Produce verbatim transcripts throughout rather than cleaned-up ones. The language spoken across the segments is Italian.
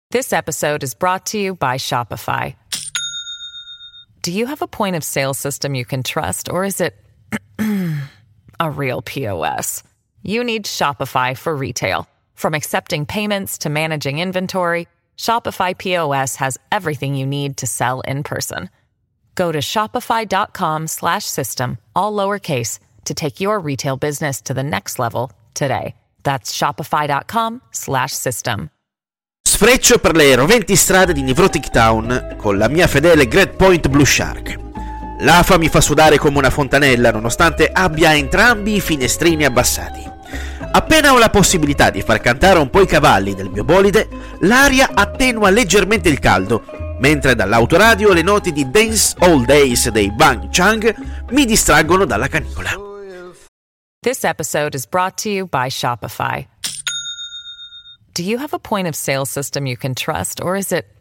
This episode is brought to you by Shopify. Do you have a point of sale system you can trust, or is it a real P O S? You need Shopify for retail. From accepting payments to managing inventory, Shopify P O S has everything you need to sell in person. Go to shopify.com slash system, all lowercase, to take your retail business to the next level today. That's shopify.com slash system. Sfreccio per le roventi strade di Nevrotic Town con la mia fedele Great Point Blue Shark. L'afa mi fa sudare come una fontanella nonostante abbia entrambi i finestrini abbassati. Appena ho la possibilità di far cantare un po' i cavalli del mio bolide, l'aria attenua leggermente il caldo, mentre dall'autoradio le note di Dance All Days dei Bang Chang mi distraggono dalla canicola. This episode is brought to you by Shopify. Do you have a point of sale system you can trust, or is it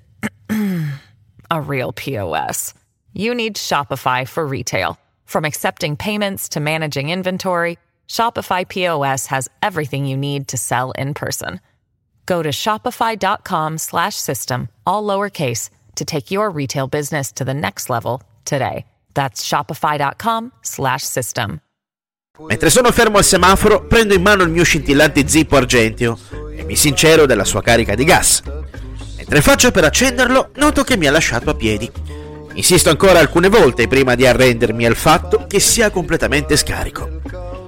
a real P O S? You need Shopify for retail. From accepting payments to managing inventory, Shopify P O S has everything you need to sell in person. Go to shopify.com slash system, all lowercase, to take your retail business to the next level today. That's shopify.com slash system. Mentre sono fermo al semaforo, prendo in mano il mio scintillante zippo argenteo e mi sincero della sua carica di gas. Mentre faccio per accenderlo, noto che mi ha lasciato a piedi. Insisto ancora alcune volte prima di arrendermi al fatto che sia completamente scarico.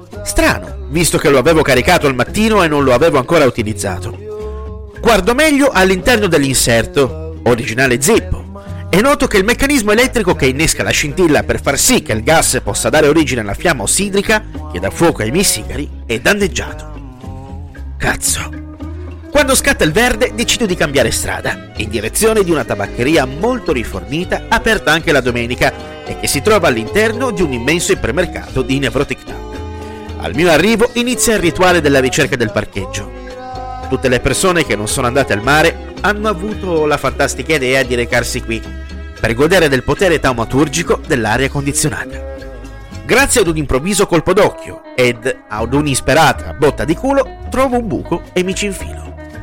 Strano, visto che lo avevo caricato al mattino e non lo avevo ancora utilizzato. Guardo meglio all'interno dell'inserto, originale zippo, e noto che il meccanismo elettrico che innesca la scintilla per far sì che il gas possa dare origine alla fiamma ossidrica che dà fuoco ai miei sigari è danneggiato. Cazzo. Quando scatta il verde decido di cambiare strada, in direzione di una tabaccheria molto rifornita, aperta anche la domenica e che si trova all'interno di un immenso ipermercato di Nevrotic Town. Al mio arrivo inizia il rituale della ricerca del parcheggio. Tutte le persone che non sono andate al mare hanno avuto la fantastica idea di recarsi qui per godere del potere taumaturgico dell'aria condizionata. Grazie ad un improvviso colpo d'occhio ed ad un'isperata botta di culo trovo un buco e mi ci infilo.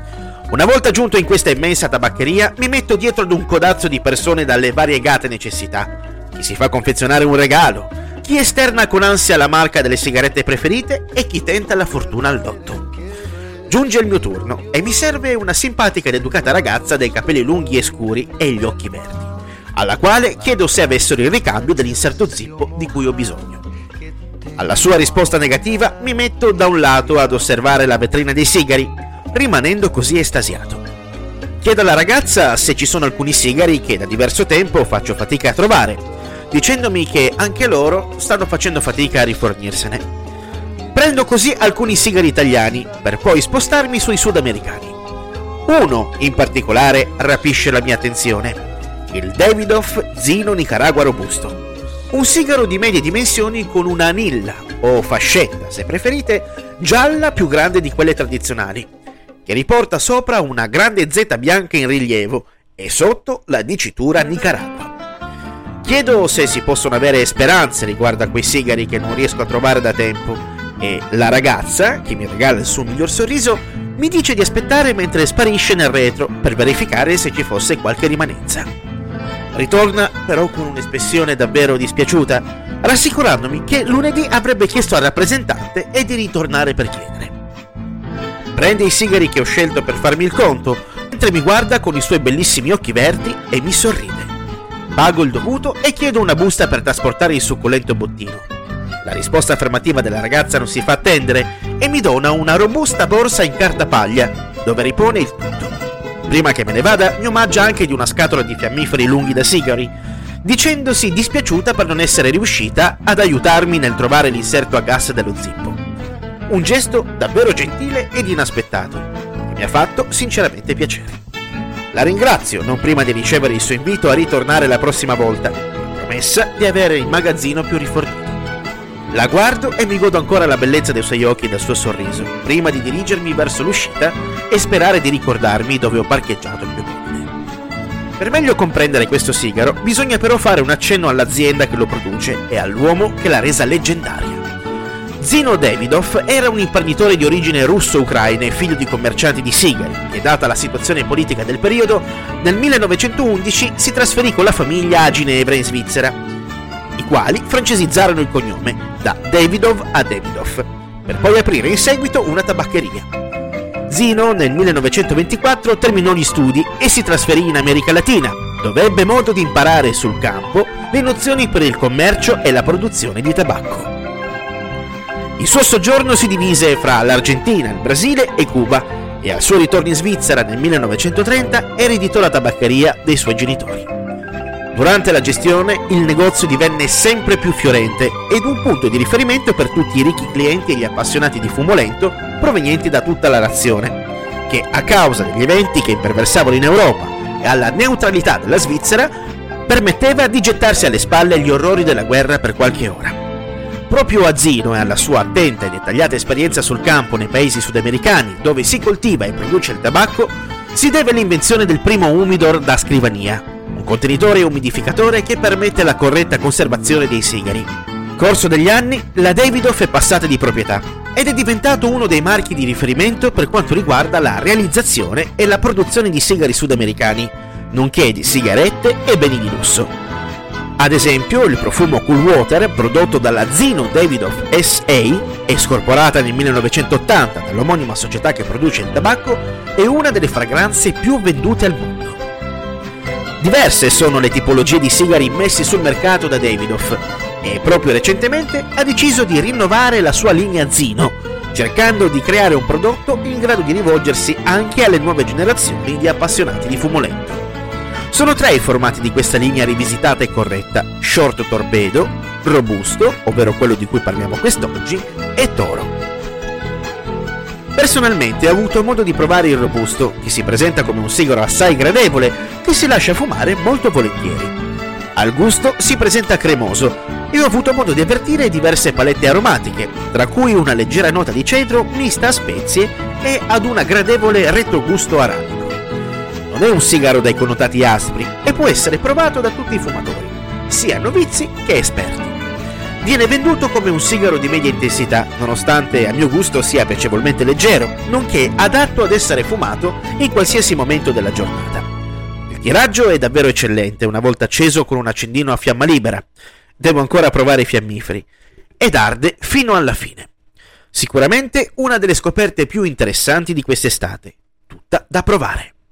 Una volta giunto in questa immensa tabaccheria mi metto dietro ad un codazzo di persone dalle variegate necessità. Chi si fa confezionare un regalo, chi esterna con ansia la marca delle sigarette preferite e chi tenta la fortuna al lotto. Giunge il mio turno e mi serve una simpatica ed educata ragazza dai capelli lunghi e scuri e gli occhi verdi, alla quale chiedo se avessero il ricambio dell'inserto zippo di cui ho bisogno. Alla sua risposta negativa mi metto da un lato ad osservare la vetrina dei sigari, rimanendo così estasiato. Chiedo alla ragazza se ci sono alcuni sigari che da diverso tempo faccio fatica a trovare, dicendomi che anche loro stanno facendo fatica a rifornirsene. Prendo così alcuni sigari italiani per poi spostarmi sui sudamericani. Uno in particolare rapisce la mia attenzione: il Davidoff Zino Nicaragua Robusto, un sigaro di medie dimensioni con una anilla o fascetta, se preferite, gialla più grande di quelle tradizionali, che riporta sopra una grande Z bianca in rilievo e sotto la dicitura Nicaragua. Chiedo se si possono avere speranze riguardo a quei sigari che non riesco a trovare da tempo e la ragazza, che mi regala il suo miglior sorriso, mi dice di aspettare mentre sparisce nel retro per verificare se ci fosse qualche rimanenza. Ritorna però con un'espressione davvero dispiaciuta, rassicurandomi che lunedì avrebbe chiesto al rappresentante e di ritornare per chiedere. Prende i sigari che ho scelto per farmi il conto, mentre mi guarda con i suoi bellissimi occhi verdi e mi sorride. Pago il dovuto e chiedo una busta per trasportare il succulento bottino. La risposta affermativa della ragazza non si fa attendere e mi dona una robusta borsa in carta paglia, dove ripone il tutto. Prima che me ne vada, mi omaggia anche di una scatola di fiammiferi lunghi da sigari, dicendosi dispiaciuta per non essere riuscita ad aiutarmi nel trovare l'inserto a gas dello zippo. Un gesto davvero gentile ed inaspettato, che mi ha fatto sinceramente piacere. La ringrazio non prima di ricevere il suo invito a ritornare la prossima volta, promessa di avere il magazzino più rifornito. La guardo e mi godo ancora la bellezza dei suoi occhi e del suo sorriso, prima di dirigermi verso l'uscita e sperare di ricordarmi dove ho parcheggiato il mio bolide. Per meglio comprendere questo sigaro, bisogna però fare un accenno all'azienda che lo produce e all'uomo che l'ha resa leggendaria. Zino Davidoff era un imprenditore di origine russo-ucraina e figlio di commercianti di sigari, che, data la situazione politica del periodo, nel millenovecentoundici si trasferì con la famiglia a Ginevra in Svizzera, i quali francesizzarono il cognome da Davidoff a Davidoff, per poi aprire in seguito una tabaccheria. Zino nel millenovecentoventiquattro terminò gli studi e si trasferì in America Latina, dove ebbe modo di imparare sul campo le nozioni per il commercio e la produzione di tabacco. Il suo soggiorno si divise fra l'Argentina, il Brasile e Cuba e al suo ritorno in Svizzera nel millenovecentotrenta ereditò la tabaccheria dei suoi genitori. Durante la gestione il negozio divenne sempre più fiorente ed un punto di riferimento per tutti i ricchi clienti e gli appassionati di fumo lento provenienti da tutta la nazione, che a causa degli eventi che imperversavano in Europa e alla neutralità della Svizzera permetteva di gettarsi alle spalle gli orrori della guerra per qualche ora. Proprio a Zino e alla sua attenta e dettagliata esperienza sul campo nei paesi sudamericani dove si coltiva e produce il tabacco si deve l'invenzione del primo umidor da scrivania, un contenitore umidificatore che permette la corretta conservazione dei sigari. Corso degli anni, la Davidoff è passata di proprietà ed è diventato uno dei marchi di riferimento per quanto riguarda la realizzazione e la produzione di sigari sudamericani, nonché di sigarette e beni di lusso. Ad esempio, il profumo Cool Water, prodotto dalla Zino Davidoff S A e scorporata nel millenovecentottanta dall'omonima società che produce il tabacco, è una delle fragranze più vendute al mondo. Diverse sono le tipologie di sigari messi sul mercato da Davidoff e proprio recentemente ha deciso di rinnovare la sua linea Zino, cercando di creare un prodotto in grado di rivolgersi anche alle nuove generazioni di appassionati di fumo lento. Sono tre i formati di questa linea rivisitata e corretta: Short Torpedo, Robusto, ovvero quello di cui parliamo quest'oggi, e Toro. Personalmente ho avuto modo di provare il Robusto, che si presenta come un sigaro assai gradevole che si lascia fumare molto volentieri. Al gusto si presenta cremoso e ho avuto modo di avvertire diverse palette aromatiche, tra cui una leggera nota di cedro mista a spezie e ad una gradevole retrogusto arabico. Non è un sigaro dai connotati aspri e può essere provato da tutti i fumatori, sia novizi che esperti. Viene venduto come un sigaro di media intensità, nonostante a mio gusto sia piacevolmente leggero, nonché adatto ad essere fumato in qualsiasi momento della giornata. Il tiraggio è davvero eccellente una volta acceso con un accendino a fiamma libera. Devo ancora provare i fiammiferi. Ed arde fino alla fine. Sicuramente una delle scoperte più interessanti di quest'estate, tutta da provare.